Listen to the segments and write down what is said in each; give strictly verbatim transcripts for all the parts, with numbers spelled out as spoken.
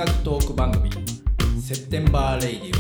楽トーク番組セプテンバーレイディ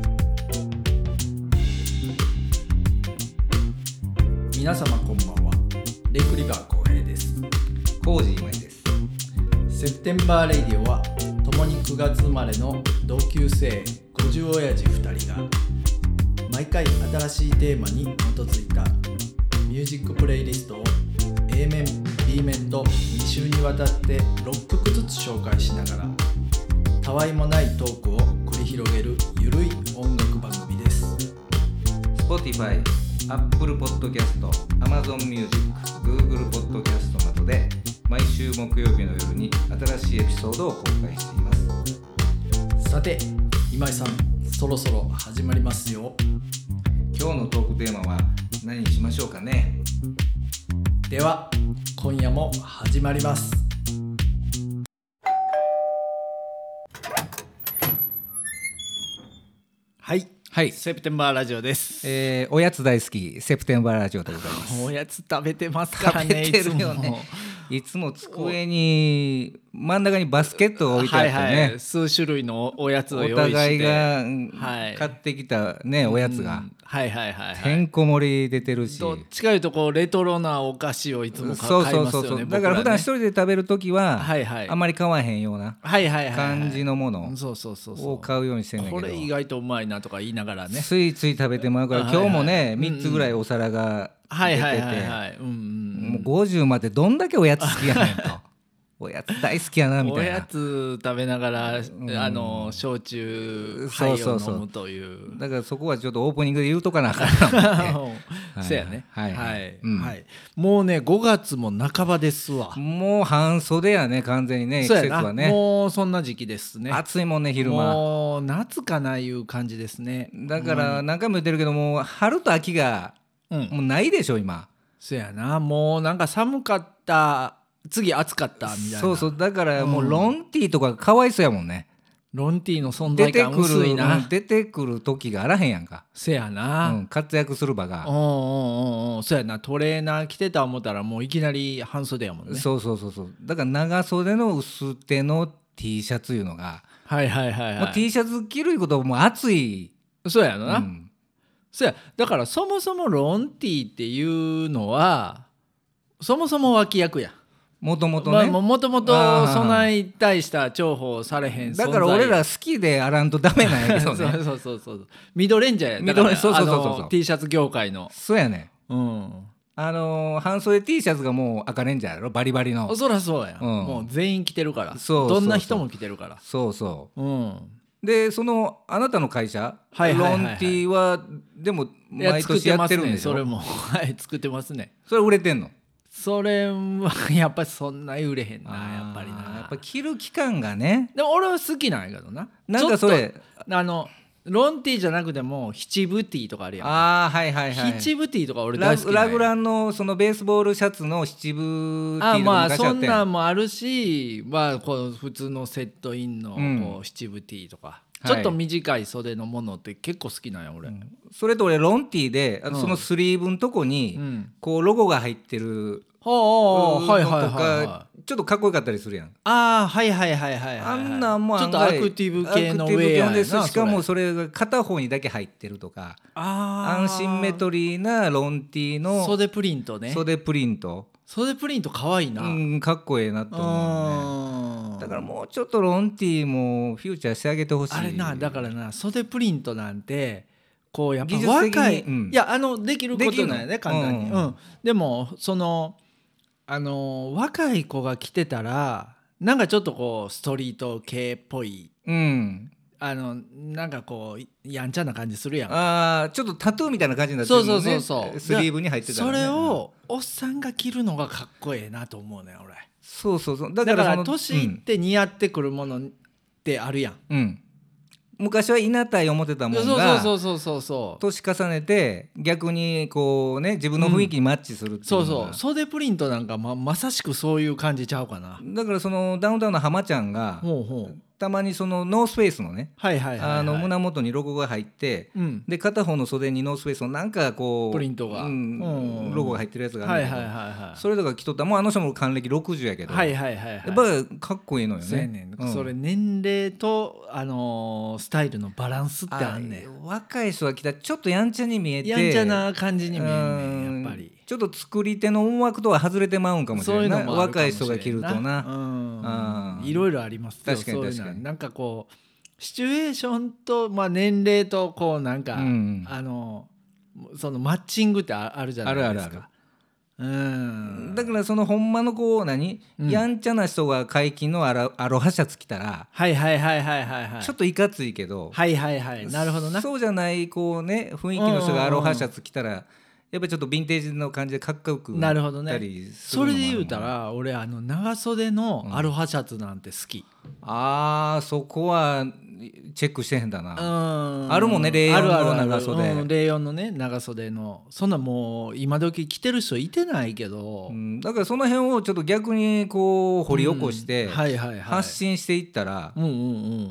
オ。皆様こんばんは。レイクリバー浩平です。 コージーマイです。 セプテンバーレイディオは共にくがつ生まれの同級生ごじゅう親父ふたりが毎回新しいテーマに基づいたミュージックプレイリストを A 面 B 面とに週にわたってろっきょくずつ紹介しながらたわいもないトークを繰り広げるゆるい音楽番組です。 Spotify、Apple Podcast、Amazon Music、Google Podcast などで毎週木曜日の夜に新しいエピソードを公開しています。 さて今井さん、そろそろ始まりますよ。 今日のトークテーマは何にしましょうかね。 では今夜も始まります。はい、はい、セプテンバーラジオです。 えー、おやつ大好きセプテンバーラジオでございます。 おやつ食べてますからね。 食べてるよね。いつも机に真ん中にバスケットが置いてあってね、 はいはい、数種類のおやつを用意して、 お互いが買ってきたね、はい、おやつが、うん、 はいはいはいはい、 てんこ盛り出てるし、 どっちかいうとこうレトロなお菓子をいつも買いますよね。そうそうそうそう、 だから普段一人で食べるときは、 はいはい、 あんまり買わへんような感じのものを買うようにしてんだけど、 これ意外とうまいなとか言いながらね、 ついつい食べてまうから、今日もねみっつぐらいお皿が出てて、もうごじゅうまでどんだけおやつ好きやねんとおやつ大好きやなみたいな、 おやつ食べながら、うん、あの焼酎ハイを飲むという、 そうそうそう、だからそこはちょっとオープニングで言うとかなあかんなってそうやね、はいはい、うんはい、もうねごがつも半ばですわ。 もう半袖やね、完全にね、季節はね、 もうそんな時期ですね。 暑いもんね、昼間もう夏かないう感じですね。 だから何回も言ってるけど、もう春と秋がもうないでしょ今。 そうやな、もうなんか寒かった次暑かったみたいな。 そうそう、だからもうロンティーとかかわいそうやもんね、 うん、ロンティーの存在感薄いな。 出てくる時があらへんやんか。 せやな、 うん、活躍する場が。 おうおうおう、そうやな、トレーナー着てた思ったらもういきなり半袖やもんね。 そうそうそうそう、だから長袖の薄手の T シャツいうのが、 はいはいはいはい、 もう T シャツ着ることはもう暑い。 そうやな、うん、そうや、だからそもそもロンティーっていうのはそもそも脇役や、 もともとね、 もともとそない対した重宝されへん存在。 だから俺ら好きであらんとダメなんやけどねそうそうそうそう、ミドレンジャーや、だからそうそうそうそう、T シャツ業界の。 そうやね、 うん、 あのー、半袖 T シャツがもう赤レンジャーやろ、バリバリの。 そらそうや、うん、もう全員着てるから。そうそうそう、どんな人も着てるから。 そうそう、 うん、でそのあなたの会社、 はいはいはいはい、 ロンティはでも毎年やってるんでしょ。 それもはい作ってますね。 それ売れてんの？ それはやっぱりそんな売れへんな、やっぱりな。 やっぱ着る期間がね。 でも俺は好きなんやけどな。 なんかそれあのロンティーじゃなくても七分ティーとかあるやん。 ああはいはいはい。 七分ティーとか俺大好きなんや。 ラグランのそのベースボールシャツの七分ティーとか昔ああって。 まあそんなんもあるし、まあこう普通のセットインのこう七分ティーとか、うん、ちょっと短い袖のものって結構好きなんや俺、うん、 それと俺ロンティーで、うん、そのスリーブのとこに、うん、こうロゴが入ってるのとかちょっとかっこよかったりするやん。 ああはいはいはいはいはい、 あんなんもちょっとアクティブ系のウェアやな。 しかもそれが片方にだけ入ってるとか、アンシンメトリーなロンティーの袖プリントね。 袖プリント袖プリントかわいいな、 うん、かっこええなと思うね。だからもうちょっとロンティーもフューチャーしてあげてほしい。 あれな、だからな袖プリントなんてこうやっぱ若い、うん、いやあのできることなんやね簡単に、うんうん、でもそのあの若い子が着てたらなんかちょっとこうストリート系っぽい、 うん、 あのなんかこうやんちゃな感じするやん。 あちょっとタトゥーみたいな感じになってるもんね。そうそうそうそう、スリーブに入ってたらね。 それをおっさんが着るのがかっこええなと思うね俺。 そうそうそう、 だから年いって似合ってくるものってあるやん、 うん、昔はいなたい思ってたもんがそうそうそうそう、 年重ねて逆にこうね自分の雰囲気にマッチするっていうのが、うん、 そうそう、袖プリントなんか ま, まさしくそういう感じちゃうかな。 だからそのダウンタウンの浜ちゃんがほうほうたまにそのノースフェイスのね、 はいはいはいはい、 あの胸元にロゴが入って、うん、で片方の袖にノースフェイスのなんかこうプリントが、 うんうん、ロゴが入ってるやつがあるんだけど、 はいはいはいはい、 それとか着とったらもうあの人も還暦ろくじゅうやけど、 はいはいはいはい、 やっぱかっこいいのよね。 そうやねん、うん、それ年齢と、あのー、スタイルのバランスってあんねん。 若い人が着たらちょっとやんちゃに見えてやんちゃな感じに見えんねん、やっぱりちょっと作り手の思惑とは外れてまうんかもしれない。そういうのもあるかもしれんな、若い人が着るとな、 うん、いろいろありますよ。 確かに確かに、 そういうのなんかこうシチュエーションと、まあ、年齢とこうなんか、うんうん、あのそのマッチングってあるじゃないですか。あるあるある。うん、 だからそのほんまのこう何、うん、やんちゃな人が解禁のアロ、アロハシャツ着たら、 はいはいはいはいはい、はい、 ちょっといかついけど、 はいはいはい、なるほどな。 そうじゃないこうね雰囲気の人がアロハシャツ着たら、うんうんうん、やっぱりちょっとヴィンテージの感じでかっこよくなったりするのもあるもん。なるほどね。 それで言うたら俺あの長袖のアロハシャツなんて好き、うん、 あーそこはチェックしてへんだな。うんあるもんね、レイヨンの長袖。あるあるある、うん、 レイヨンのね長袖のそんなもう今時着てる人いてないけど、 うん、だからその辺をちょっと逆にこう掘り起こして発信していったら、うんうんうん、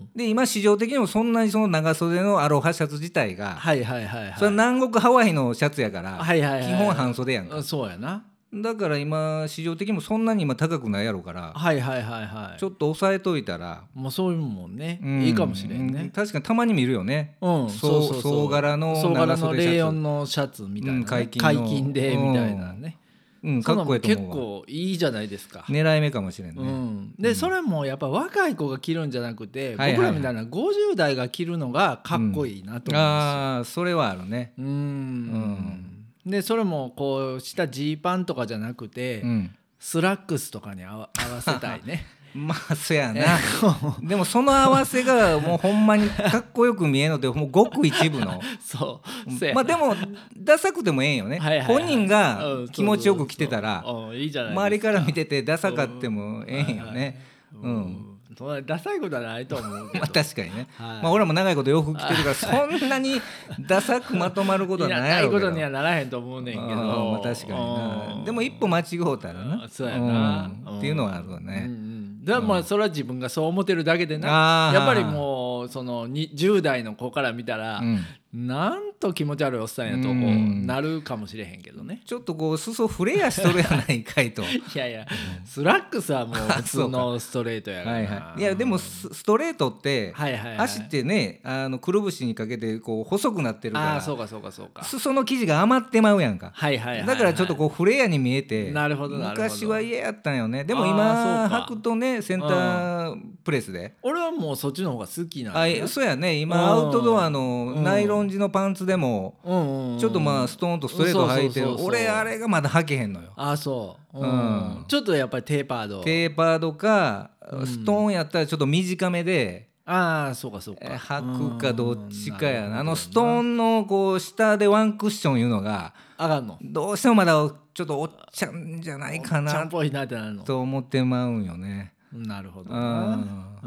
で今市場的にもそんなにその長袖のアロハシャツ自体が、はいはいはいはい、それは南国ハワイのシャツやから、はいはいはいはい、基本半袖やんか。 そうやな。 だから今市場的にもそんなに今高くないやろから、 はいはいはいはい、 ちょっと抑えといたらもうそういうもんね、うん、いいかもしれんね、 うん、確かにたまに見るよね、うん、 そうそうそう、 総柄の総柄のレイヨンのシャツみたいな、ね、うん、解禁の解禁でみたいなね、うん、かっこいいと思うわ。結構いいじゃないですか。 狙い目かもしれんね、うん、 で、うん、それもやっぱ若い子が着るんじゃなくて、はいはいはい、僕らみたいなごじゅう代が着るのがかっこいいなと思います、うん、 ああそれはあるね。うん、 うんでそれもこう下ジーパンとかじゃなくて、うん、スラックスとかに合 わ, 合わせたいねまあそやなでもその合わせがもうほんまにかっこよく見えるのでもうごく一部のそうそうまあでもダサくてもええんよね、はいはいはい、本人が気持ちよく着てたら周りから見ててダサかってもええんよね、うん、うんそんなダサいことはないと思うけどまあ確かにね、はいまあ、俺も長いこと洋服着てるからそんなにダサくまとまることはないやろうけどないことにはならへんと思うねんけど、 まあ、確かにな。でも一歩間違うたらなそうやな、 うん、っていうのはあるわね、 うんうん、だからまあそれは自分がそう思ってるだけでな、やっぱりもうそのじゅう代の子から見たら、うんなんと気持ち悪いおっさんやとこうなるかもしれへんけどね。 ちょっとこう裾フレアしとるやないかいといやいやスラックスはもう普通のストレートやからはい、 はい、いやでもストレートって、はいはいはい、足ってねあのくるぶしにかけてこう細くなってるからあそうかそうかそうか裾の生地が余ってまうやんか、 はいはいはいはい、 だからちょっとこうフレアに見えてなるほどなるほど昔は嫌やったんよね。でも今履くとねセンタープレスで、 うん、俺はもうそっちの方が好きなんだ、ね、 あそうやね今アウトドアのナイロン地のパンツでももちょっとまあストーンとストレート履いてる俺あれがまだ履けへんのよ。 あそう、うんうん、ちょっとやっぱりテーパードテーパードかストーンやったらちょっと短めで、 うん、ああそうかそうか履くかどっちかやな。あのストーンのこう下でワンクッションいうのが上がんのどうしてもまだちょっとおっちゃんじゃないかなおっちゃんっぽいなってなるのと思ってまうんよね。 なるほどな、 うん、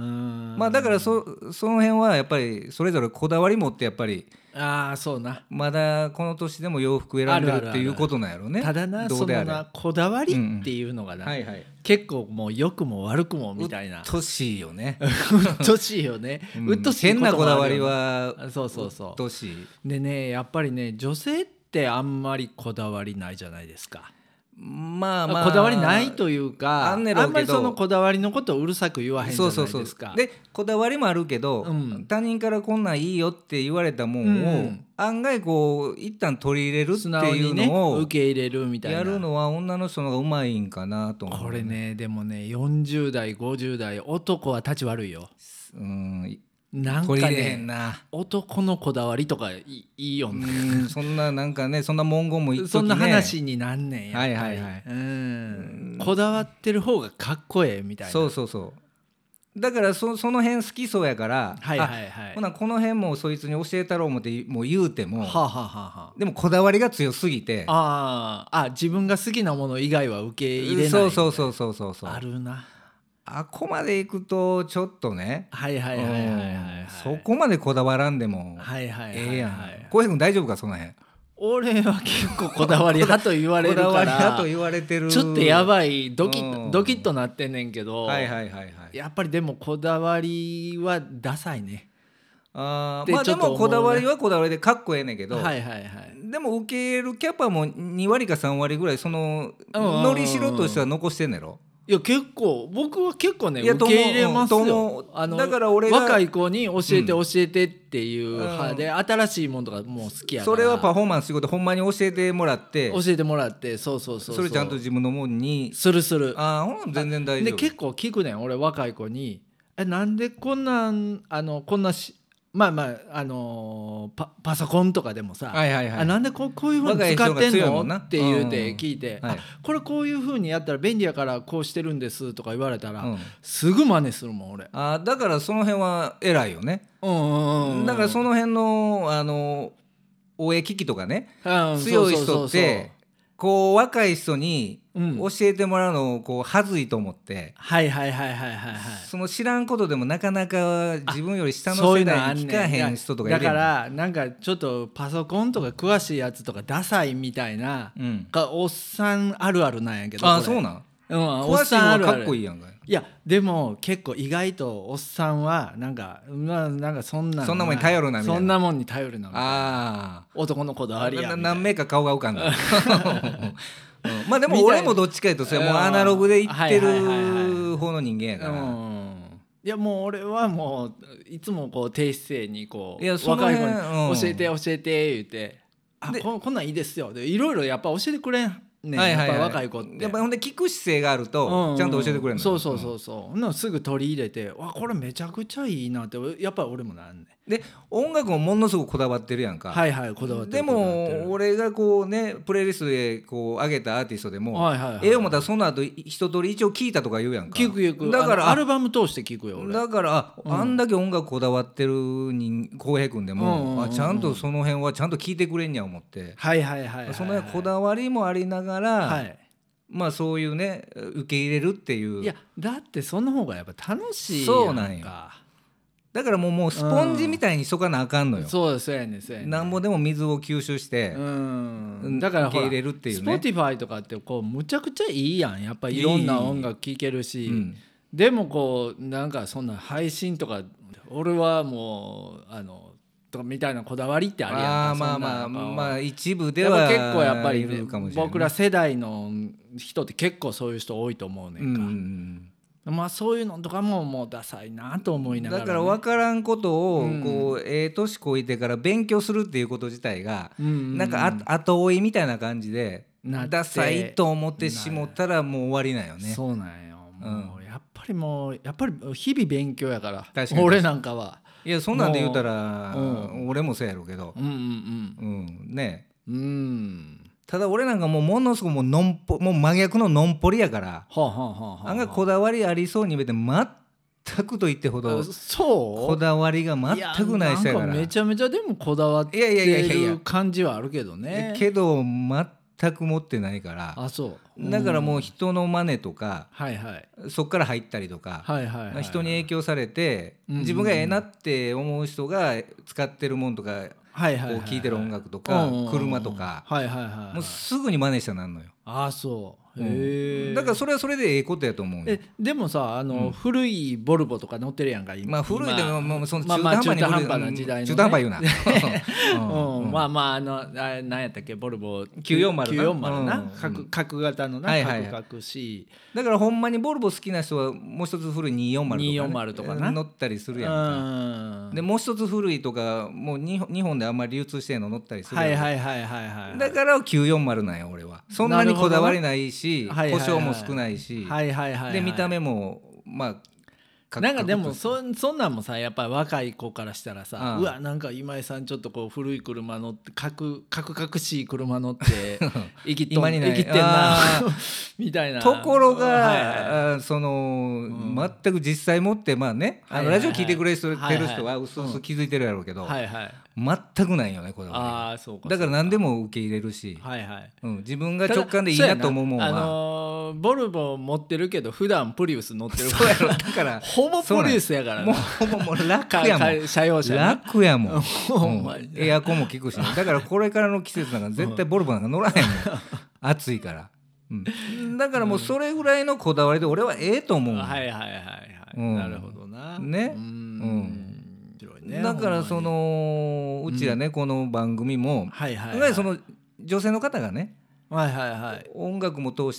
まあだから そ, その辺はやっぱりそれぞれこだわり持ってやっぱりああそうなまだこの年でも洋服選んでるっていうことなんやろね。 ただなそのなこだわりっていうのがな、うんはいはい、結構もう良くも悪くもみたいなうっとしいよねうっとしいよね、うん、うっとしいこともあるよね。変なこだわりはそうそうそううっとしいでねやっぱりね女性ってあんまりこだわりないじゃないですか。 まあまあこだわりないというか あ, んねろうけどあんまりそのこだわりのことをうるさく言わへんじゃないですか。そうそうそうでこだわりもあるけど、うん、他人からこんなんいいよって言われたもんを、うん、案外こう一旦取り入れるっていうのを、 ね、受け入れるみたいなやるのは女の人の方がうまいんかなと思う、ね、 これねでもねよんじゅう代ごじゅう代男は立ち悪いよ。うんなんかねな男のこだわりとかい い, いいよねうんそんななんかねそんな文言も言っときねそんな話になんねんやっぱり、 はいはいはい、 うんこだわってる方がかっこええみたいな。 そうそうそうだから そ, その辺好きそうやから、はいはいはい、ほなこの辺もそいつに教えたろう思ってもう言うても、はあはあはあ、でもこだわりが強すぎてああ自分が好きなもの以外は受け入れない。 そうそうそうそうそうそうあるな。 あこまで行くとちょっとねはいはいはいはいはい、はい、 そこまでこだわらんでもええやん。浩平君大丈夫かその辺。 俺は結構こだわり派と言われるからこだわり派と言われてるちょっとやばいドキッ、うん、ドキッとなってんねんけど、 はいはいはいはい、 やっぱりでもこだわりはダサいね。 あまあでもこだわりはこだわりでかっこええねんけど、 はいはいはい、 でも受け入れるキャパもにわりかさんわりぐらいそののりしろとしては残してんねやろ。 いや結構僕は結構ね受け入れますよ。あのだから俺が若い子に教えて教えてっていう派で、うん、新しいものとかもう好きやから、 それはパフォーマンス仕事ほんまに教えてもらって教えてもらってそうそうそうそう、 それちゃんと自分のもんにするする。 ああほん全然大丈夫で結構聞くねん俺若い子にえなんでこんなんあのこんなしまあまああのー、パ, パソコンとかでもさ、はいはいはい、あなんで こ, こういうふうに使ってんのって言うて聞いて、うんはい、あこれこういうふうにやったら便利やからこうしてるんですとか言われたら、うん、すぐ真似するもん俺。 あだからその辺は偉いよね、うんうんうん、だからその辺のあの応援機器とかね、うん、強い人ってこう若い人に教えてもらうのをこうはずいと思って、 うん、はいはいはいはいはいはい、 その知らんことでもなかなか自分より下の世代に聞かへん人とかいる。 だからなんかちょっとパソコンとか詳しいやつとかダサいみたいな、うん、がおっさんあるあるなんやけど。 あそうなん、うん、 おっさんあるあるかっこいいやんか。 いやでも結構意外とおっさんはなんか、まあ、なんかそんなそんなもんに頼るなみたいな、 そんなもんに頼るなみたいな、あ男のこだわりやみたいな、 何名か顔が浮かんだうん、まあでも俺もどっちかいうとそれもうアナログで言ってる方の人間やから、うん、 いやもう俺はもういつもこう低姿勢にこう若い子に教えて教えて言って、うん、あ こ, こんなんいいですよでいろいろやっぱ教えてくれんね、はいはいはい、やっぱ若い子ってやっぱほんで聞く姿勢があるとちゃんと教えてくれるの、うん、 そうそうそうそう、うん、すぐ取り入れてわこれめちゃくちゃいいなってやっぱ俺もなんね。 で音楽もものすごくこだわってるやんか。 はいはいこだわってる。 でも俺がこうねプレイリストでこう上げたアーティストでも、はいはいはい、絵をもたらその後一通り一応聞いたとか言うやんか。 聞く聞く。だからアルバム通して聞くよ俺。 だからあ、うん、あんだけ音楽こだわってる浩平君でも、うんうんうん、あちゃんとその辺はちゃんと聞いてくれんや思って、 はいはいはいはいはい、 そのこだわりもありながら、はい、まあそういうね受け入れるっていう。 いやだってその方がやっぱ楽しいやんか。 そうなんや。だからもう、もうスポンジみたいにしとかなあかんのよ、 うん、そうですそうやねんそうやねん。 なんぼでも水を吸収して、うん、だから受け入れるっていうね。 Spotify とかってこうむちゃくちゃいいやんやっぱりいろんな音楽聴けるし、うん、でもこうなんかそんな配信とか俺はもうあのとかみたいなこだわりってあるやんか。 あまあまあまあ一部では結構やっぱり、ね、僕ら世代の人って結構そういう人多いと思うねんか、うんうんまあそういうのとかももうダサいなと思いながら、ね、 だから分からんことをこうええ年こいてから勉強するっていうこと自体がなんか後追いみたいな感じでダサいと思ってしもったらもう終わりなんよね。 そうなんよもうやっぱりもうやっぱり日々勉強やから俺なんかは。 いやそんなんで言うたら俺もそうやろうけど、うんうんうんうんねうんただ俺なんかもうものすごくもうのんぽもう真逆ののんぽりやから、はあはあはあ、案外こだわりありそうに見えて全くと言ってほどそうこだわりが全くない人やから。 なんかめちゃめちゃでもこだわってる感じはあるけどね。 けど全く持ってないから。あそう、うん、だからもう人の真似とか、はいはい、そっから入ったりとか、はいはいはいはい、人に影響されて、うんうんうん、自分がええなって思う人が使ってるもんとかはいはいはいはい、こう聴いてる音楽とか、うんうんうん、車とか、はいはいはいはい、もうすぐに真似したなんのよ。 ああそうへえ。だからそれはそれでええことやと思う。 えでもさあの、うん、古いボルボとか乗ってるやんか今。 まあ古いでももうその中途半端な時代の、ね、 中途半端言うな、 うんうん、まあまああのあ何やったっけボルボきゅうよんまるな、 きゅうよんまるな、うん、角, 角型のな、はいはいはい、角角しだからほんまにボルボ好きな人はもう一つ古いにーよんまるとか、ね、 にーよんまるとかな乗ったりするやんか。でもう一つ古いとかもう日本であんまり流通してんの乗ったりするやんか。はいはいはいはいはい。だからきゅうよんまるなんや俺は。そんなにこだわりないし、はいはいはい、故障も少ないし、はいはいはいはい、で見た目もまあなんかでも そ, そんなんもさやっぱり若い子からしたらさ、ああうわなんか今井さんちょっとこう古い車乗ってかくかくかくしい車乗って生きっと生きってんなみたいなところが、はいはい、その、うん、全く実際持ってまあね、はいはいはい、あのラジオ聞いてくれてる人はうすうす気づいてるやろうけど、はいはい、全くないよねこれは。あそうかだから何でも受け入れるし、はいはいうん、自分が直感でいいなと思うもんは、 あのー、ボルボ持ってるけど普段プリウス乗ってるそうやろだからほほぼポリスやからな。 もうほぼもう楽やもん。 車用車楽やもん、うん、エアコンも効くし、ね、だからこれからの季節なんか絶対ボルボなんか乗らへんもん暑いから、うん、だからもうそれぐらいのこだわりで俺はええと思う、うん、 はいはいはいはい、うん、なるほどなね、うん、うん、ね、だからそのうちらね、うん、この番組も、はいはいはい、その女性の方がね、 はいはいはい、 音楽も通して、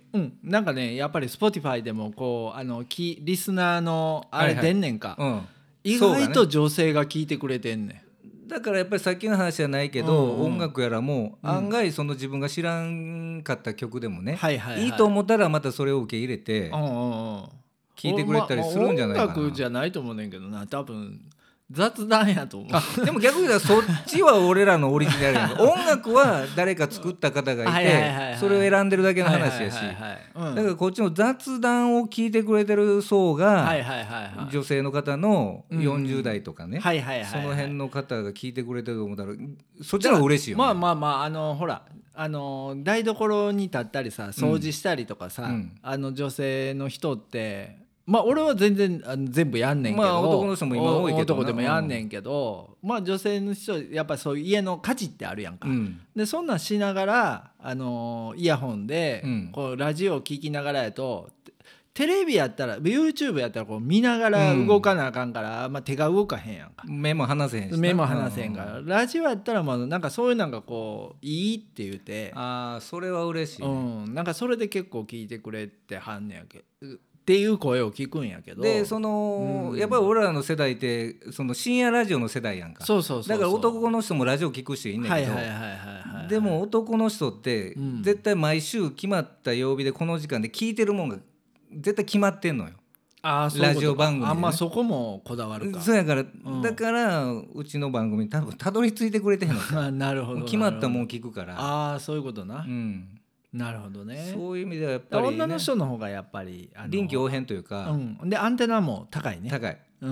うん、なんかねやっぱり Spotify でもこうあのキリスナーのあれ出んねんか、はいはい、うん、意外と女性が聞いてくれてんねん。 だからやっぱりさっきの話じゃないけど、うんうん、音楽やらも案外その自分が知らんかった曲でもね、うん、はいはいはい、いいと思ったらまたそれを受け入れて聞いてくれたりするんじゃないかな、 まま音楽じゃないと思うねんけどな、多分雑談やと思う。 でも逆に言うとそっちは俺らのオリジナルやん音楽は誰か作った方がいてそれを選んでるだけの話やし、だからこっちの雑談を聞いてくれてる層が女性の方のよんじゅう代とかね、その辺の方が聞いてくれてると思ったらそっちの方が嬉しいよね。 まあまあまあ、あのほらあの台所に立ったりさ掃除したりとかさ、うん、あの女性の人ってまあ俺は全然あの全部やんねんけど、まあ男の人も今多いけど男でもやんねんけど、うん、まあ女性の人やっぱそういう家の家事ってあるやんか、うん、でそんなんしながらあのイヤホンでこうラジオを聞きながらやと、テレビやったら YouTube やったらこう見ながら動かなあかんから、うん、まあ、手が動かへんやんか、 目も離せへんし目も離せへんから、うん、ラジオやったらまあなんかそういうなんかこういいって言うて、 ああそれは嬉しい、ね、 うん、なんかそれで結構聞いてくれてはんねやけどっていう声を聞くんやけど、 でその、うん、やっぱり俺らの世代ってその深夜ラジオの世代やんか、 そうそうそうそう、 だから男の人もラジオ聞く人いんねんけど、でも男の人って絶対毎週決まった曜日でこの時間で聞いてるもんが絶対決まってんのよ。 ああそういうことか、 ラジオ番組で、ね、 あんまそこもこだわるか。 そうやから、うん、だからうちの番組多分たどり着いてくれてへんのかなるほど、 決まったもん聞くから。 ああそういうことな、 うん、 なるほどね。 そういう意味ではやっぱり、ね、 女の人の方がやっぱりあの臨機応変というか、 うん、でアンテナも高いね、 高い、うん、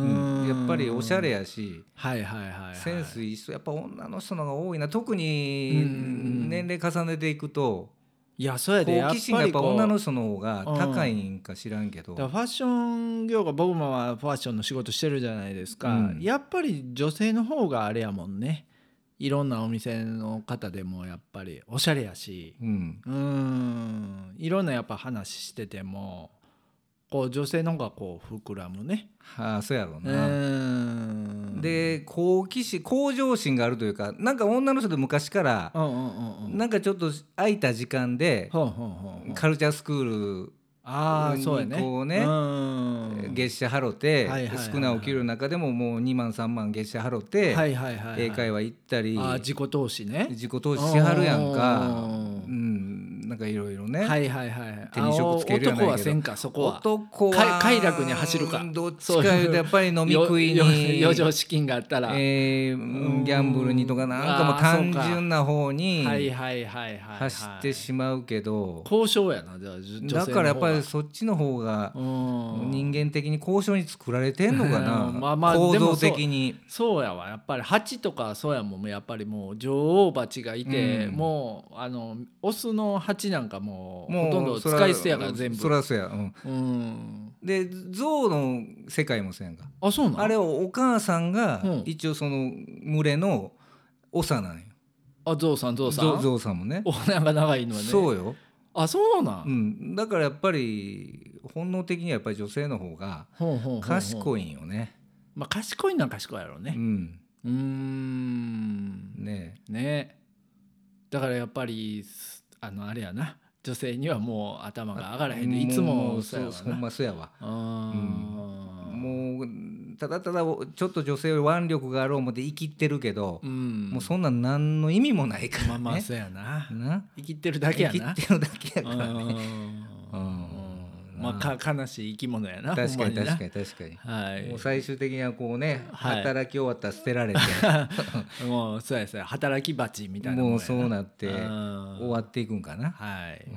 やっぱりおしゃれやし、 はいはいはいはい、 センスいい人やっぱ女の人の方が多いな、特に年齢重ねていくと、 いやそうやで、 好奇心がやっぱ女の人の方が高いんか知らんけど、 うん、だからファッション業界、僕もファッションの仕事してるじゃないですか、うん、やっぱり女性の方があれやもんね、いろんなお店の方でもやっぱりおしゃれやし、うん、うーん、いろんなやっぱ話しててもこう女性の方がこう膨らむね。 はあ、そうやろうな。うんで好奇心向上心があるというか、なんか女の人で昔から、うんうんうんうん、なんかちょっと空いた時間で、うんうんうんうん、カルチャースクールあーそうやね、 こうね、うん月謝払って、はいはいはいはい、少ないお給料の中でももうにまんさんまん月謝払って、はいはいはいはい、英会話行ったり、 あ自己投資ね、 自己投資しはるやんか、うん、なんかいろいろね、 はいはいはい、 手に職つけるやないけど、 男はせんか、そこは男は快楽に走るか、 どっちかいうとやっぱり飲み食いに余剰資金があったら、 えー、ギャンブルにとかなんかも単純な方に走ってしまうけど、 交渉やな、じゃあ女性の方が、 だからやっぱりそっちの方が人間的に交渉に作られてんのかな、まあまあ構造的に。 そう、そうやわ、やっぱり蜂とかそうやもん、やっぱりもう女王蜂がいて、うん、もうあのオスの蜂なんかもうほとんど使い捨てやから全部。 そらそうや、うんうん、で象の世界もそうやんか。 あ、そうなん。 あれをお母さんが一応その群れの長なんよ。 あ、象さん象さん象さんもね、 お鼻が長いのはね。 そうよ。 あ、そうなん、 うん、だからやっぱり本能的にはやっぱり女性の方が賢いんよね。 まあ賢いのは賢いやろうね。うん、うーんねえね、だからやっぱりあのあれやな、女性にはもう頭が上がらへんで、いつもそうやわな。ほんまそうやわ。あ、うん、もうただただちょっと女性は腕力があろう思って生きってるけど、うん、もうそんな何の意味もないからね。 まあまあそうやな、な生きってるだけやな、 生きってるだけやからね。 うん、まあ、か悲しい生き物やな。 確かに確かに確かに、はい、もう最終的にはこうね、はい、働き終わったら捨てられてもうそうやそうや、働き蜂みたいなもんやな。 もうそうなって終わっていくんかな。 はい、うん、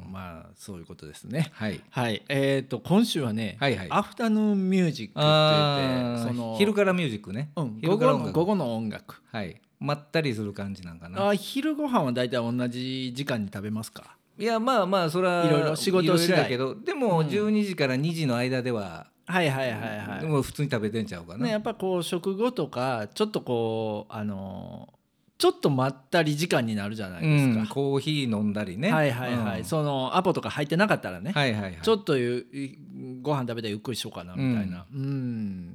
まあそういうことですね。 はい、 はい、えー、と今週はね、はいはい、アフタヌーンミュージックって言って、その昼からミュージックね、 うん、午後の午後の音楽、 はい、まったりする感じなんかな。 あ、昼ご飯はだいたい同じ時間に食べますか？ いやまあまあそれはいろいろ仕事次第だけど、でもじゅうにじからにじの間でははいはいはいはいでも普通に食べてんちゃうかな、 ね、やっぱこう食後とかちょっとこうあのちょっとまったり時間になるじゃないですか、 うん、コーヒー飲んだりね、 はいはいはい、 うん、 そのアポとか入ってなかったらね、 はいはいはい、 ちょっとゆご飯食べてゆっくりしようかなみたいな、うん、うん、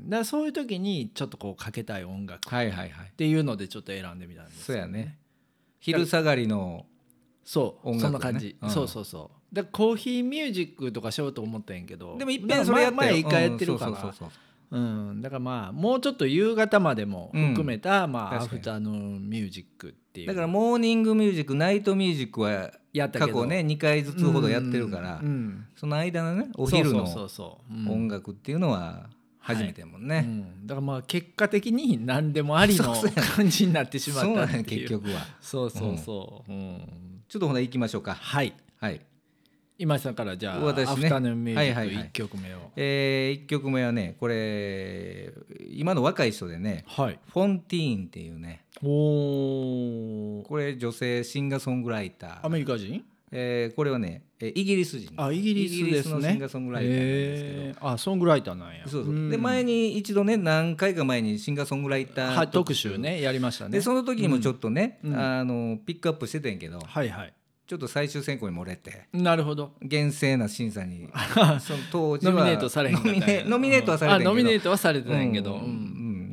だからそういう時にちょっとこうかけたい音楽っていうのでちょっと選んでみたんですよね、 そうやね、昼下がりのそう音楽、ね、そんな感じ、うん、そうそうそう、だからコーヒーミュージックとかしようと思ったんやけど、 でもいっぺんそれやったよ、 前一回やってるから、うん、だからまあもうちょっと夕方までも含めた、うん、まあアフタヌーンミュージックっていう、 だからモーニングミュージック、ナイトミュージックは過去ねにかいずつほどやってるから、うんうん、その間のねお昼の音楽っていうのは初めてやもんね、はい、うん、 だからまあ結果的に何でもありの感じになってしまったっていう、 結局はそうそうそう、うん、 ちょっとほな行きましょうか。 はいはい今井さんからじゃあ、私ね、アフタヌーンミュージックいっきょくめを、はいはいはい、 えー、いっきょくめはねこれ今の若い人でね、はい、フォンティーンっていうね、おこれ女性シンガーソングライター、 アメリカ人、 えー、これはねイギリス人、 あイギリスですね、 イギリスのシンガーソングライターなんですけど、えー、 あソングライターなんや、 そうそう、で前に一度ね何回か前にシンガーソングライター特集ねやりましたね、 でその時にもちょっとね、うん、あのピックアップしてたんやけど、 はいはい、 ちょっと最終選考に漏れて、 なるほど、 厳正な審査にその当時はノミネートされへんかったんや、 ノミネートはされてんけど、 あノミネートはされてないけど、うん、 うんうん、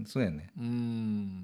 そうやね、 うん、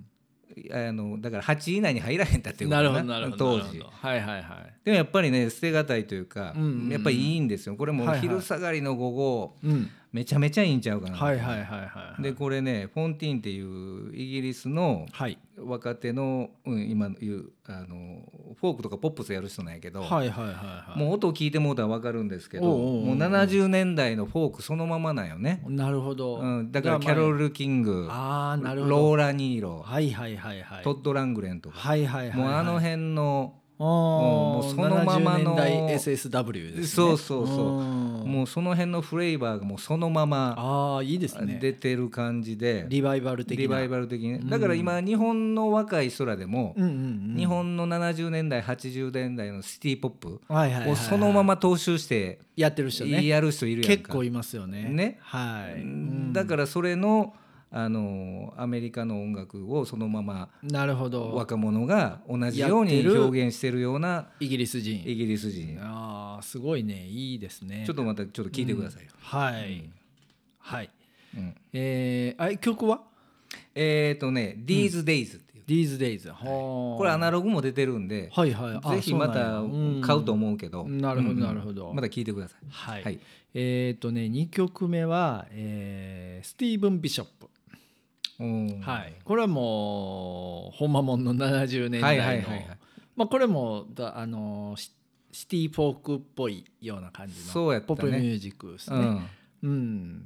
あのだからはちい以内に入らへんだっていうことなるほどなるほど当時、 はいはいはい、 でもやっぱりね捨てがたいというか、うんうんうん、やっぱりいいんですよこれも昼下がりの午後、はいはい、めちゃめちゃいいんちゃうかな、 はいはいはいはい、 でこれねフォンティーンっていうイギリスの若手の、うん、今言うあのフォークとかポップスやる人なんやけど、はいはいはいはい、もう音を聞いてもうたら分かるんですけど、おうおうおう、もうななじゅうねんだいのフォークそのままなんよね。 なるほど、 うん、だからキャロル・キング、 あなるほど、 ローラ・ニーロ、 はいはいはいはい、 トッド・ラングレンとか、はいはいはいはい、もうあの辺のもうそのままのななじゅうねんだい エスエスダブリュー ですね。 そうそうそう、もうその辺のフレーバーがもうそのまま出てる感じで、 リバイバル的な、 リバイバル的にね、だから今日本の若い人らでも、うんうんうん、日本のななじゅうねんだいはちじゅうねんだいのシティポップをそのまま踏襲してやってる人ね、 やる人いるやんか、 結構いますよね。 ね、 はい、うん、だからそれのあのアメリカの音楽をそのままなるほど若者が同じように表現してるようなイギリス人イギリス人、 あすごいね、いいですね。 ちょっとまたちょっと聞いてくださいよ、 うん、はい、うん、はい、うん、えー、あ曲はえっ、ー、とね These Days っていう、 These Days、はい、 これアナログも出てるんで、 はいはい、 ぜひまた買うと思うけど、 うん、なるほどなるほど、 また聞いてください。 はい、はい、えっ、ー、とねにきょくめは、えー、スティーブン・ビショップ、はい、これはもうほんまもんのななじゅうねんだいの、はいはいはいはい、まあ、これもだあのシティフォークっぽいような感じのポップミュージックですね、うんうん、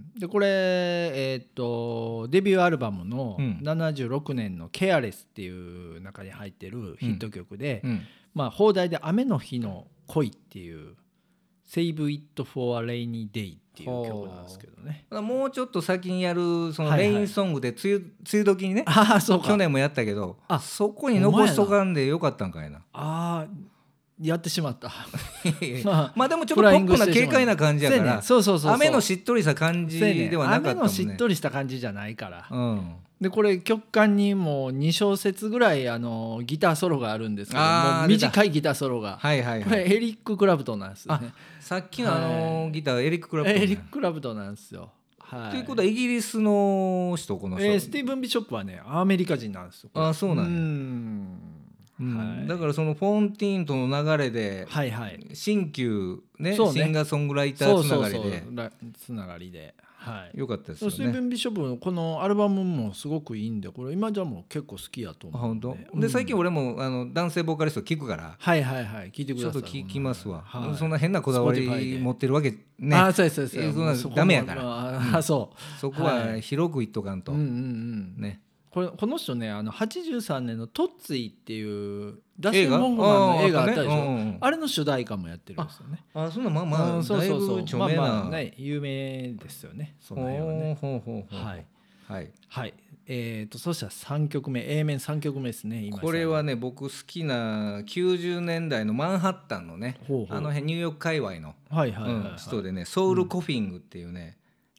でこれ、えー、とデビューアルバムのななじゅうろくねんの「ケアレス」っていう中に入ってるヒット曲で、うんうん、まあ、邦題で「雨の日の恋」っていう「Save It for a Rainy Day」っていう曲なんですけどね。 もうちょっと先にやるそのレインソングで梅雨、はいはい、梅雨時にね、 あそうか、 去年もやったけど、あそこに残しとかんでよかったんかいな。 あやってしまったまあ、まあでもちょっとポップな軽快な感じやから、 そうそうそうそう、 雨のしっとりした感じではなかったもんね。 雨のしっとりした感じじゃないから、 うん、 でこれ曲間にもうに小節ぐらいあのギターソロがあるんですけど、もう短いギターソロが、はいはいはい、これエリック・クラプトンなんですよね。 さっきのあの、はい、ギターエリック・クラプトン、 エリック・クラプトンなんですよ。はい、 ということはイギリスの人、この人、 えー、スティーブン・ビショップはねアメリカ人なんですよ。 あそうなんや、うんうん、はい、だからそのフォンティーンとの流れで、はいはい、新旧、ねね、シンガーソングライターつながりで、そうそうそうつながりで、はい、 よかったですよね。 スティーブン・ビショップのこのアルバムもすごくいいんで、これ今じゃもう結構好きやと思うんで。あ、本当？で、 うん、最近俺もあの男性ボーカリスト聞くから、 はいはいはい、聞いてください。 ちょっと聞きますわ、はい、そんな変なこだわり持ってるわけね、 あ、そうですそうです、そんなダメやから、 あ、そう、 そこは広く言っとかんと、 はい、うんうんうん、ね。これこの人ね、あのはちじゅうさんねんのトッツィっていうダスティン・ホフマンの映画あったでしょ、 あ,、ね、あれの主題歌もやってるんですよね。 ああ、そんなまあまあ、そうそうそう、だいぶ著名な、まあまあね、 有名ですよね、その辺はね。 ほうほうほうほう、 はいはいはい、えーとそしたらさんきょくめ A 面さんきょくめですね。今これはね、僕好きなきゅうじゅうねんだいのマンハッタンのね、ほうほう、あの辺ニューヨーク界隈の人でね、ソウルコフィングっていうね、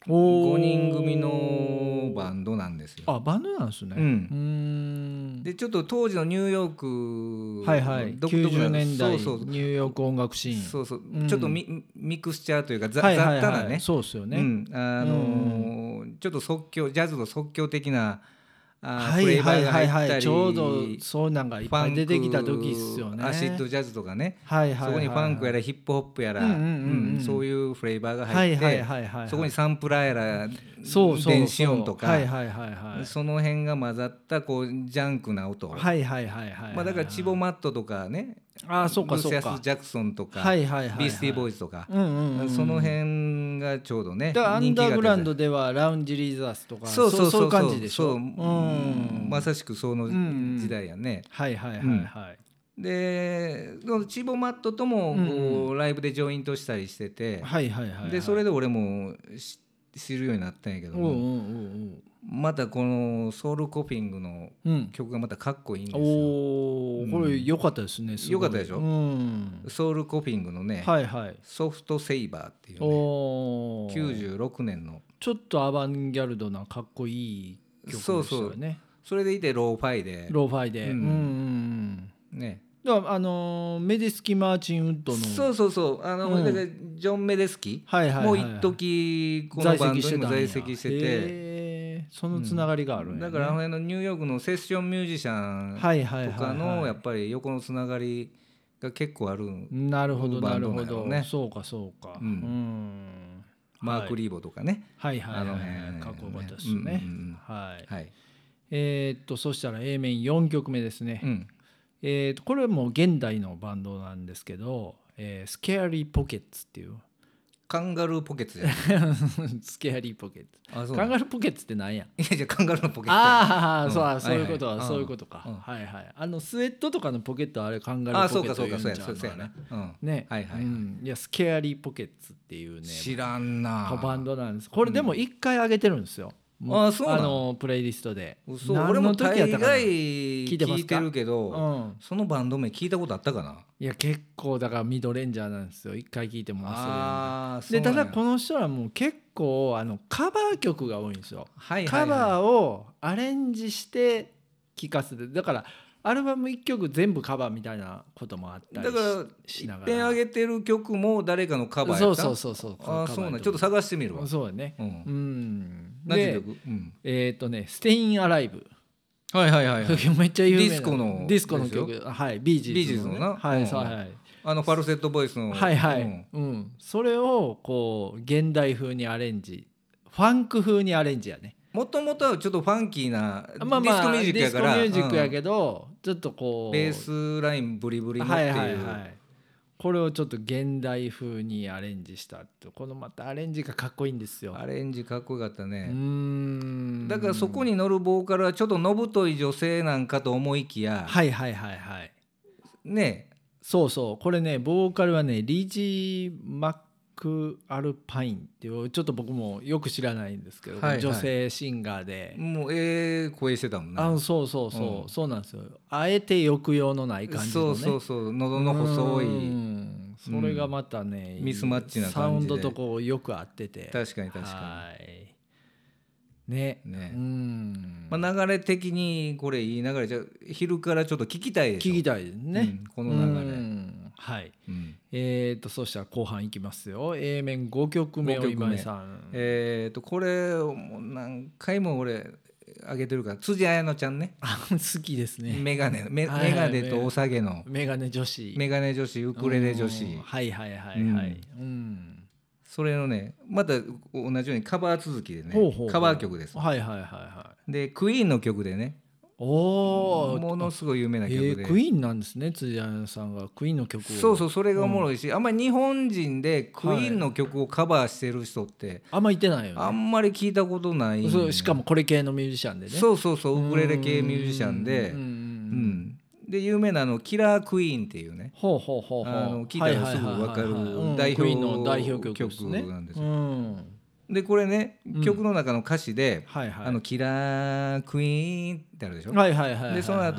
ごにん組のバンドなんですよ。 あ、バンドなんですね。 うん、うーんでちょっと当時のニューヨーク、 はいはい、 独特なきゅうじゅうねんだいそうそうニューヨーク音楽シーン、 そうそう、 うん、 ちょっと ミ, ミクスチャーというか、 はいはいはい、 雑多なね、 そうですよね、 うん、あのーうん、 ちょっと即興ジャズの即興的なあはいフレーバはいーが入ったり、 はいはい、ちょうどそうなんがいっぱい出てきた時っすよね。 アシッドジャズとかね、 はいはいはいはい、 そこにファンクやらヒップホップやら、うんうんうんうん、そういうフレーバーが入って、はいはいはいはい、そこにサンプラーやらそうそうそう電子音とか、 はいはいはいはい、 その辺が混ざったこうジャンクな音、 はいはいはいはい、 まあ、だからチボマットとかね、 あ、そうかそうか、 ルーシャス・ジャクソンとか、 はいはいはいはい、 ビースティーボーイズとか、 うんうんうん、 その辺がちょうどね、 だからアンダーグラウンドではラウンジリーザースとか、そうそうそうそういう感じでしょ。そう、うん、 まさしくその時代やね、うんうん、 はいはいはいはい、 うん、でチボマットともこう、うん、ライブでジョイントしたりしてて、 はいはいはいはい、 でそれで俺も知るようになったんやけども、うんうんうん、またこのソウルコフィングの曲がまたかっこいいんですよ、うん、 おこれ良かったですね、すごい良かったでしょ、 うん、 ソウルコフィングのね、 はいはい、 ソフトセイバーっていうね、 おきゅうじゅうろくねんのちょっとアバンギャルドなかっこいい曲でしたよね。そうそう、 それでいてローファイでローファイで、うんうんうん、ね、だからあのメデスキ・マーチン・ウッドのそうそうそうあの、うん、だからジョン・メデスキ、はいはいはい、もう一時このバンドにも在籍してて、 そのつながりがあるんや、ね、 うん、だからあの辺のニューヨークのセッションミュージシャンとかのやっぱり横のつながりが結構あるバンドなるほどなるほど、 ね、 そうかそうか、うんうん、 マーク・リーボとかね、 はいはいはいはい、あの辺かっこよかったですね、うんうんうん、はい、はい、えー、っとそしたら A 面よんきょくめですね、うん、えー、とこれはもう現代のバンドなんですけど、えー、スケアリーポケッツっていうカンガルーポケッツじゃないスケアリーポケッツ、 あ、そうカンガルーポケッツって何やいやじゃカンガルーのポケット、 ああ、うん、そう、そういうことは、 はいはい、 そういうことか、うん、はいはい、あのスウェットとかのポケットはあれカンガルーーポケット言うんじゃん、 あ、そうかそうかそうやそうやね、 うん、ね、 はいはい、 うん、いやスケアリーポケッツっていうね知らんなバンドなんです。これでも一回上げてるんですよ、うん、 あ, そうなあのプレイリストで。 俺も大概聞いてるけど、うん、そのバンド名聞いたことあったかな。 いや結構だからミドレンジャーなんですよ、一回聞いても忘れるんで。 あでただこの人はもう結構あのカバー曲が多いんですよ、 はいはいはい、 カバーをアレンジして聴かせて、だからアルバムいっきょく全部カバーみたいなこともあったりしながら、だからいっぺん上げてる曲も誰かのカバーやった。 そうそうそうそう、 あそうなん、ちょっと探してみるわ。 そうだね、うん、うん、 で、 うん、えっ、ー、とねステインアライブ、 はいはいはい、はい、 めっちゃ有名なディスコのディスコの曲、はい、ビージーズの、ね、 のな、 はい、 うん、 はい、 あのファルセットボイスの、 はいはい、うんうん、それをこう現代風にアレンジ、ファンク風にアレンジやね。 もともとはちょっとファンキーな、 まあまあ、 ディスコミュージックやから、 ディスコミュージックやけど、うん、ちょっとこうベースラインブリブリのっていう、はいはいはい、 これをちょっと現代風にアレンジしたって、このまたアレンジがかっこいいんですよ。 アレンジかっこよかったね。 うーん、 だからそこに乗るボーカルはちょっとのぶとい女性なんかと思いきや、 はいはいはいはいね、 そうそう、これねボーカルはねリジー・マック・アルパインっていう、ちょっと僕もよく知らないんですけど、はいはい、女性シンガーでもうええ声してたもんね。 あ、そうそうそう、うん、そうなんですよ。あえて抑揚のない感じのね、 そうそうそう、喉の細い、 それがまたね、 うん、ミスマッチな感じでサウンドとこうよく合ってて、 確かに確かに、 はいね、 ね、 うん、 まあ、流れ的にこれいい流れじゃ、昼からちょっと聞きたいでしょ。 聞きたいですね、うん、 この流れ、うん、 はい、うん、えーとそしたら後半いきますよ。 A 面ごきょくめを今井さん、 えーとこれもう何回も俺上げてるから、辻彩乃ちゃんね、 好きですね。 メガネ、メガネとお下げのメガネ女子、 メガネ女子、ウクレレ女子、 はいはいはいはい、うん、うん、 それのね、また同じようにカバー続きでね、ほうほうほう、カバー曲です。 はいはいはいはい。 でクイーンの曲でね、おものすごい有名な曲で、 えー、クイーンなんですね、辻彩さんがクイーンの曲を。 そうそう、それがおもろいし、うん、あんまり日本人でクイーンの曲をカバーしてる人って、はい、 あんまいてないよね。 あんまり聞いたことない。 そう、しかもこれ系のミュージシャンでね。 そうそうそう、ウクレレ系ミュージシャンで、うん、うん、で有名なあのキラークイーンっていうね、 ほうほうほうほう、 あの聞いたらすぐ分かる代表曲なんですよ。うん、でこれね、うん、曲の中の歌詞で、はいはい、あのキラークイーンってあるでしょ、 はいはいはいはい、 でその後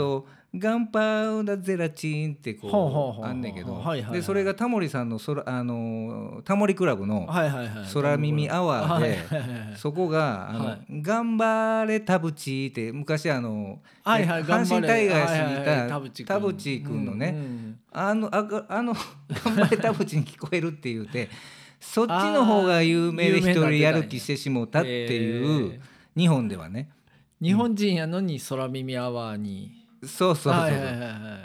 ガンパウダゼラチンってこうあんねんけど、でそれがタモリさんのそらあのタモリクラブの空耳アワーで、そこがあの、はい、頑張れ田淵って昔あの、はいはい、阪神タイガースにいた田淵君のね、うんうん、あのああの頑張れ田淵に聞こえるって言うてそっちの方が有名で一人やる気してしもたっていう、日本ではね日本人やのに空耳アワーに、 そうそうそう、はいはいはい、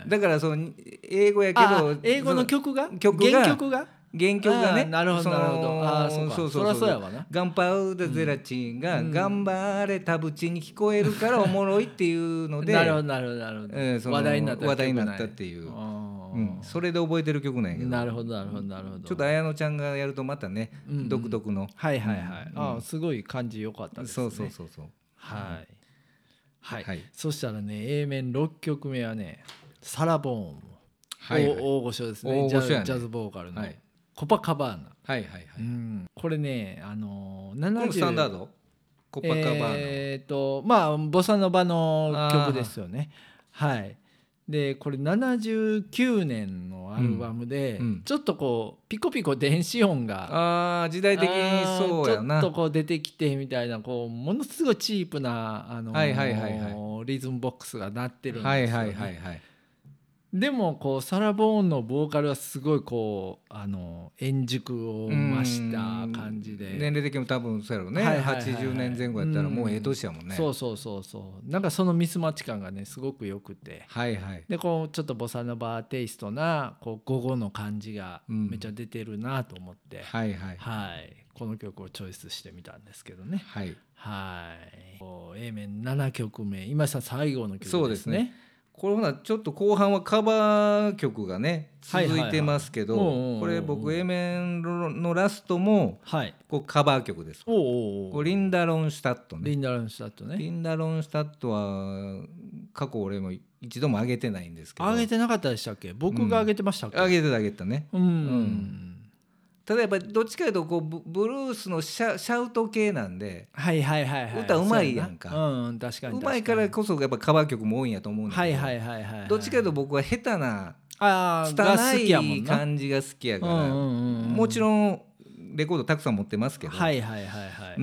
だからその英語やけど英語の曲が曲が原曲が原曲がね、 なるほどなるほど、あそうか、そうそうそう、そりゃそうやわな。 ガンパウダゼラチンが、うん、頑張れ田淵に聞こえるからおもろいっていうのでなるほどなるほどなるほど、えー、話題になった話題になったっていう、うん、それで覚えてる曲なんやけど、 なるほどなるほどなるほど、 ちょっと綾乃ちゃんがやるとまたね、うんうん、独特の、 はいはいはい、うん、あすごい感じ良かったですね。 そうそうそうそう、 はいはい、はい、そしたらね A 面ろっきょくめはねサラ・ボーン、はいはい、大御所ですね、ジャズ、ジャズボーカルの、はい、コパカバーナ、 はいはいはい、 うん、これねあのー、ななじゅうこのスタンダードコパカバーナ、 えーとまあボサノバの曲ですよね。はい。でこれななじゅうきゅうねんのアルバムで、うんうん、ちょっとこうピコピコ電子音があ時代的にそうやなちょっとこう出てきてみたいな、こうものすごいチープな、あのーはいはいはいはい、リズムボックスが鳴ってるんですよね。はいはいはいはい、でもこうサラ・ボーンのボーカルはすごいこうあの円熟を増した感じで、 年齢的にも多分そうやろうね、はいはいはいはい、はちじゅうねんぜん後やったらもうええ年やもんね。 そうそうそうそう、なんかそのミスマッチ感がねすごくよくて、 はいはい、 でこうちょっとボサノバテイストなこう午後の感じがめっちゃ出てるなと思って、うん、はいはいはい、この曲をチョイスしてみたんですけどね。はいはい、A 面ななきょくめ、今さ最後の曲ですね。そうですね、 これほなちょっと後半はカバー曲がね続いてますけど、これ僕 A 面のラストもこうカバー曲です。おうおうおう、リンダ・ロンシュタットね。 リンダ・ロンシュタットね。 リンダ・ロンシュタットは過去俺も一度も上げてないんですけど。 上げてなかったでしたっけ？僕が上げてましたっけ？ うん、上げてた上げてたね。うん、うん、ただやっぱりどっちかというとこう ブ, ブルースのシ ャ, シャウト系なんで、はいはいはいはい、歌うまいやんか。うん、確かに確かに。うまいからこそやっぱカバー曲も多いんやと思うんだけど、はいはいはいはいはい、どっちかというと僕は下手な拙い感じが好きやから、うんうんうん、もちろんレコードたくさん持ってますけど、はいはいはいはい、うん、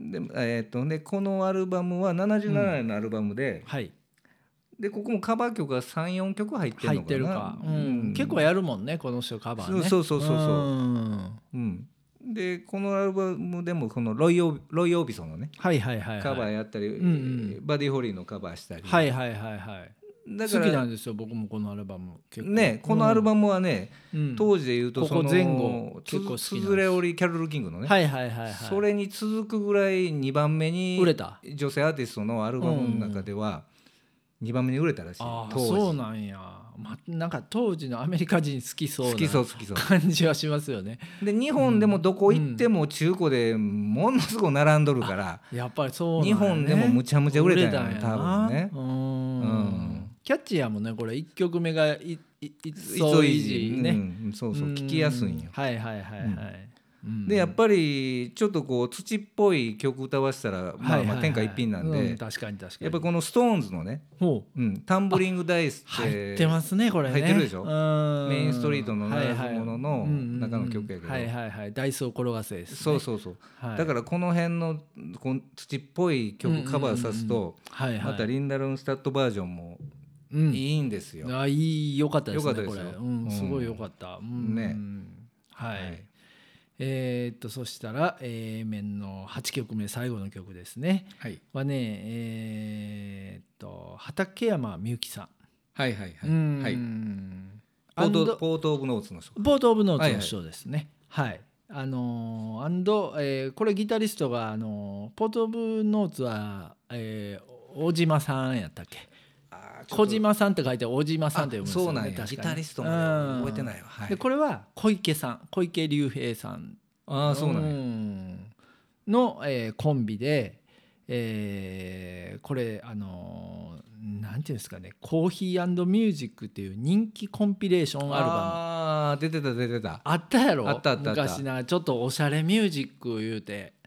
で、えー、っとねこのアルバムはななじゅうななねんのアルバムで、うん、はい、でここもカバー曲が さん,よん 曲入ってるのかな。入ってるか、うんうん、結構やるもんねこの人カバーね。そうそうそうそうそう、うんうん、でこのアルバムでもこのロイオロイオービソンのね、はいはいはいはい、カバーやったり、うんうん、バディホリーのカバーしたり、はいはいはいはい、だから好きなんですよ僕もこのアルバム結構ね。このアルバムはね、うん、当時でいうとそのここ前後結構好きなんです。スズレオリキャロル・キングのね、はいはいはいはい、それに続くぐらいにばんめに売れた女性アーティストのアルバムの中ではにばんめに売れたらしい。あ当時そうなんや、ま、なんか当時のアメリカ人好きそうな感じはしますよね。で日本でもどこ行っても中古でものすごい並んどるから、うん、やっぱりそうなんやね、日本でもむちゃむちゃ売れたんやね多分ね。うん、うん、キャッチーやもんねこれいっきょくめがいいいそうイージーね、うん、そうそう聞きやすいんよ。はいはいはいはい、うんでやっぱりちょっとこう土っぽい曲歌わせたら、まあ、まあ天下一品なんで、うん、確かに確かにやっぱりこのストーンズのね、うん、タンブリングダイスって入ってますねこれね。入ってるでしょ。メインストリートの並ぶものの中の曲やけど、はいはいはい、ダイスを転がせですね。そうそうそう、はい、だからこの辺のこの土っぽい曲カバーさすとまたリンダ・ロンスタットバージョンもいいんですよ。うん、あいい良かったですね。良かったですよこれ、うん、すごい良かった、うん、ね、はい、はい、えー、っとそしたら A 面のはちきょくめ最後の曲ですね、はい、はねえー、っと畠山みゆきさん、はいはいはい、うんはい、ポート、ポートオブノーツの人、ポートオブノーツの人ですね、はいはい、あのー、アンド、えー、これギタリストが、あのー、ポートオブノーツは、えー、大島さんやったっけ。小島さんって書いて大島さんって読むんですよね。そうなんや、確かにギタリストも覚えてないわ、はい、でこれは小池さん、小池隆平さんあそうなんやの、えー、コンビで、えー、これあのー、なんていうんですかね、コーヒー&ミュージックっていう人気コンピレーションアルバム、あ出てた出てたあったやろ。あったあったあった昔な、ちょっとおしゃれミュージック言うて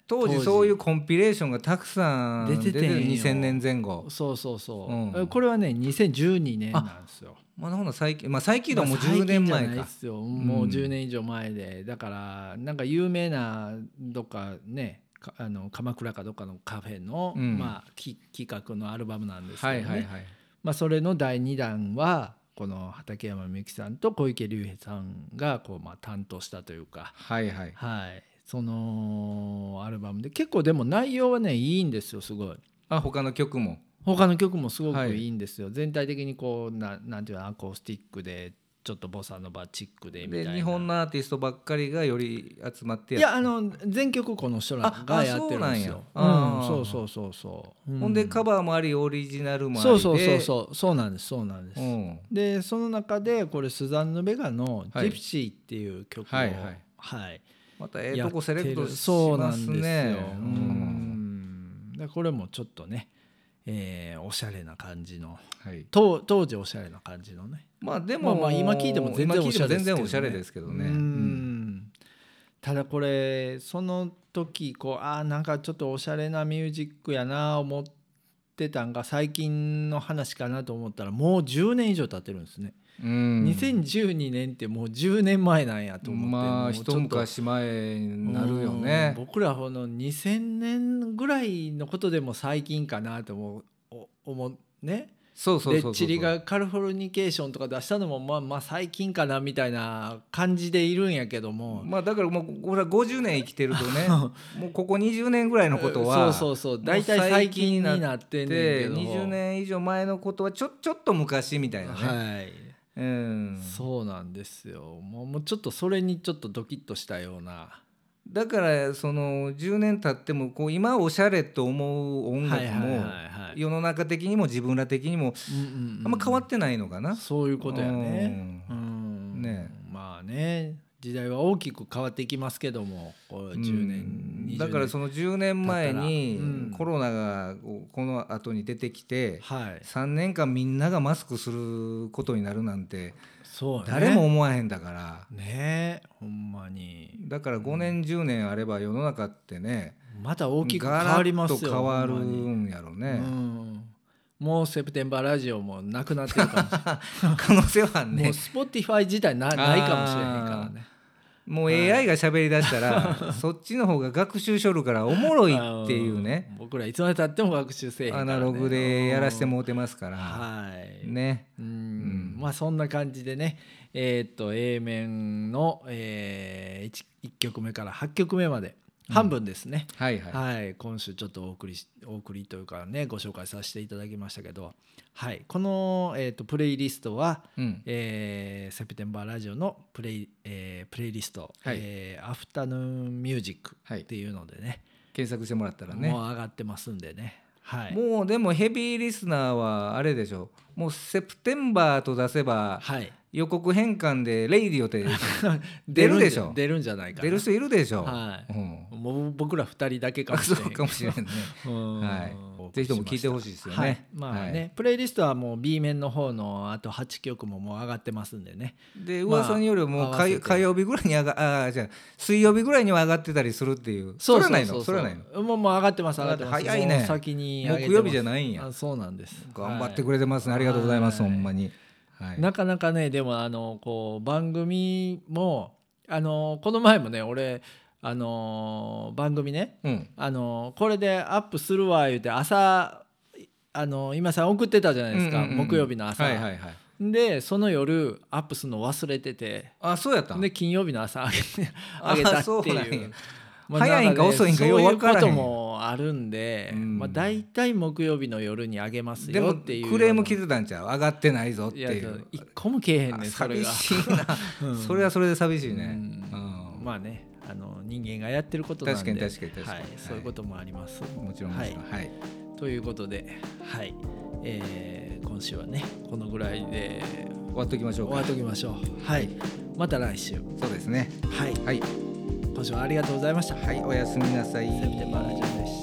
当時そういうコンピレーションがたくさん出てるにせんねんぜん後。 そうそうそう、うん、これはねにせんじゅうにねんなんですよ。 まだほんの最近、まあ、最近でももうじゅうねんまえか、まあ、最近じゃないですよ、 もうじゅうねん以上前で、だからなんか有名などっかねあの鎌倉かどっかのカフェの、うんまあ、企画のアルバムなんですけどね、はいはいはい、まあ、それのだいにだんはこの畠山みゆきさんと小池龍平さんがこうまあ担当したというか、 はいはいはい、そのアルバムで結構でも内容はねいいんですよ、すごい。 あ、他の曲も他の曲もすごくいいんですよ、はい、全体的にこう な, なんていうのアコースティックでちょっとボサノバチックでみたいな。 で日本のアーティストばっかりがより集まってやっいやあの全曲この人らがやってるんですよ。ああそうなんや、うん、そうそうそうそう、うん、 ほんでカバーもありオリジナルもありで、そうそうそうそうそうなんですそうなんです、うん、でその中でこれスザンヌ・ベガの「ジプシー」っていう曲を、はいはいはいはい、 またええとこセレクトしますね。 そうなんですよ、うん、でこれもちょっとねえー、おしゃれな感じの、はい、当, 当時おしゃれな感じのね、 まあでも、まあ、 まあ今聞いても全然おしゃれですけどね、 全然おしゃれですけどね、うん、 ただこれその時こうあなんかちょっとおしゃれなミュージックやな思ってたんが最近の話かなと思ったらもうじゅうねん以上経ってるんですね。うん、にせんじゅうにねんってもうじゅうねんまえなんやと思って、 まあ一昔前になるよね。 僕らこのにせんねんぐらいのことでも最近かなと思う思うね。 そうそうそうそう、 レッチリがカリフォルニケーションとか出したのもまあまあ最近かなみたいな感じでいるんやけども、 まあだからもうこれはごじゅうねん生きてるとねもうここにじゅうねんぐらいのことはそうそうそう大体最近になってんねんけど、 にじゅうねん以上前のことはちょちょっと昔みたいなね、 はい、うん、そうなんですよ。もう、もうちょっとそれにちょっとドキッとしたような。 だからそのじゅうねん経ってもこう今おしゃれと思う音楽も世の中的にも自分ら的にもあんま変わってないのかな、うんうんうん、 そういうことやね、うん、ね、まあね時代は大きく変わっていきますけどもこうじゅうねん、にじゅうねんだからそのじゅうねんまえにコロナがこの後に出てきてさんねんかんみんながマスクすることになるなんてそう、ね、誰も思わへんだからね、ほんまに。 だからごねんじゅうねんあれば世の中ってねまた大きく変わりますよ。 ガラッと変わるんやろね、 うん、もうセプテンバーラジオもなくなってるかもしれない可能性はあるね。 もう Spotify 自体 な, ないかもしれへんからね。 もう エーアイ が喋りだしたらそっちの方が学習しょるからおもろいっていうね僕らいつまでたっても学習せえへんから、ね、 アナログでやらせてもうてますから、 はいね、 うん、うん、まあそんな感じでねえー、っと A 面の、えー、1, いっきょくめからはちきょくめまで半分ですね、うん、はいはい、はい、今週ちょっとお送りお送りというかねご紹介させていただきましたけど、はい、この、えー、とプレイリストは、うんえー、セプテンバーラジオのプレイ、えー、プレイリスト、はいえー、アフタヌーンミュージックっていうのでね、はい、 検索してもらったらねもう上がってますんでね、はい、 もうでもヘビーリスナーはあれでしょもうセプテンバーと出せば、はい、予告変換でレイディオって出るでしょ出るんじゃないかな出る人いるでしょ、 はいうん、もう僕らふたりだけかもしれないそうかもしれないねはい、ぜひとも聞いてほしいですよね、はいまあねはい、プレイリストはもう B 面の方のあとはちきょくももう上がってますんでね。 で噂によりもう火曜日ぐらいに上があじゃあ水曜日ぐらいには上がってたりするっていうそうそうそうそれはないのそれはないのもうもう上がってます上がってます早いね先に木曜日じゃないんや。 あそうなんです頑張ってくれてますね、はい、ありがとうございます、はい、ほんまに、 はい、なかなかねでもあのこう番組もあのこの前もね俺あの番組ね、うん、あのこれでアップするわ言うて朝あの今さん送ってたじゃないですか、うんうんうん、木曜日の朝、はいはいはい、でその夜アップするの忘れててあそうやったで金曜日の朝あげてあげたっていうまあ、早いんか遅いんかよう分からへん。 そういうこともあるんで、うんまあ、大体木曜日の夜にあげますよっていう。 でもクレーム来てたんちゃう上がってないぞっていう。 一個もけえへんねんそれが。 寂しいな、うん、それはそれで寂しいね、 うんうん、まあねあの人間がやってることなんで確かに確かに確かに、はい、 そういうこともあります、 はい、もちろんもちろん、はいはい、 ということで、はいえー、今週はねこのぐらいで終わっときましょうか。 終わっときましょう。はいまた来週。 そうですねはい、 はい今週はありがとうございました。 はい、おやすみなさい。 セプテンバーラジオでした。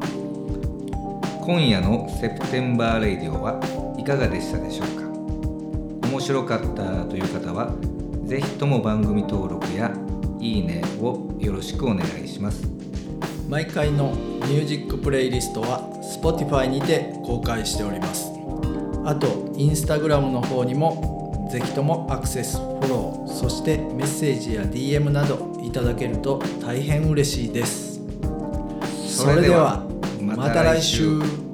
今夜のセプテンバーレイディオはいかがでしたでしょうか。面白かったという方はぜひとも番組登録やいいねをよろしくお願いします。 毎回のミュージックプレイリストは Spotify にて公開しております。あと Instagram の方にもぜひともアクセス、フォロー、そしてメッセージや ディーエム などいただけると大変嬉しいです。それではまた来週。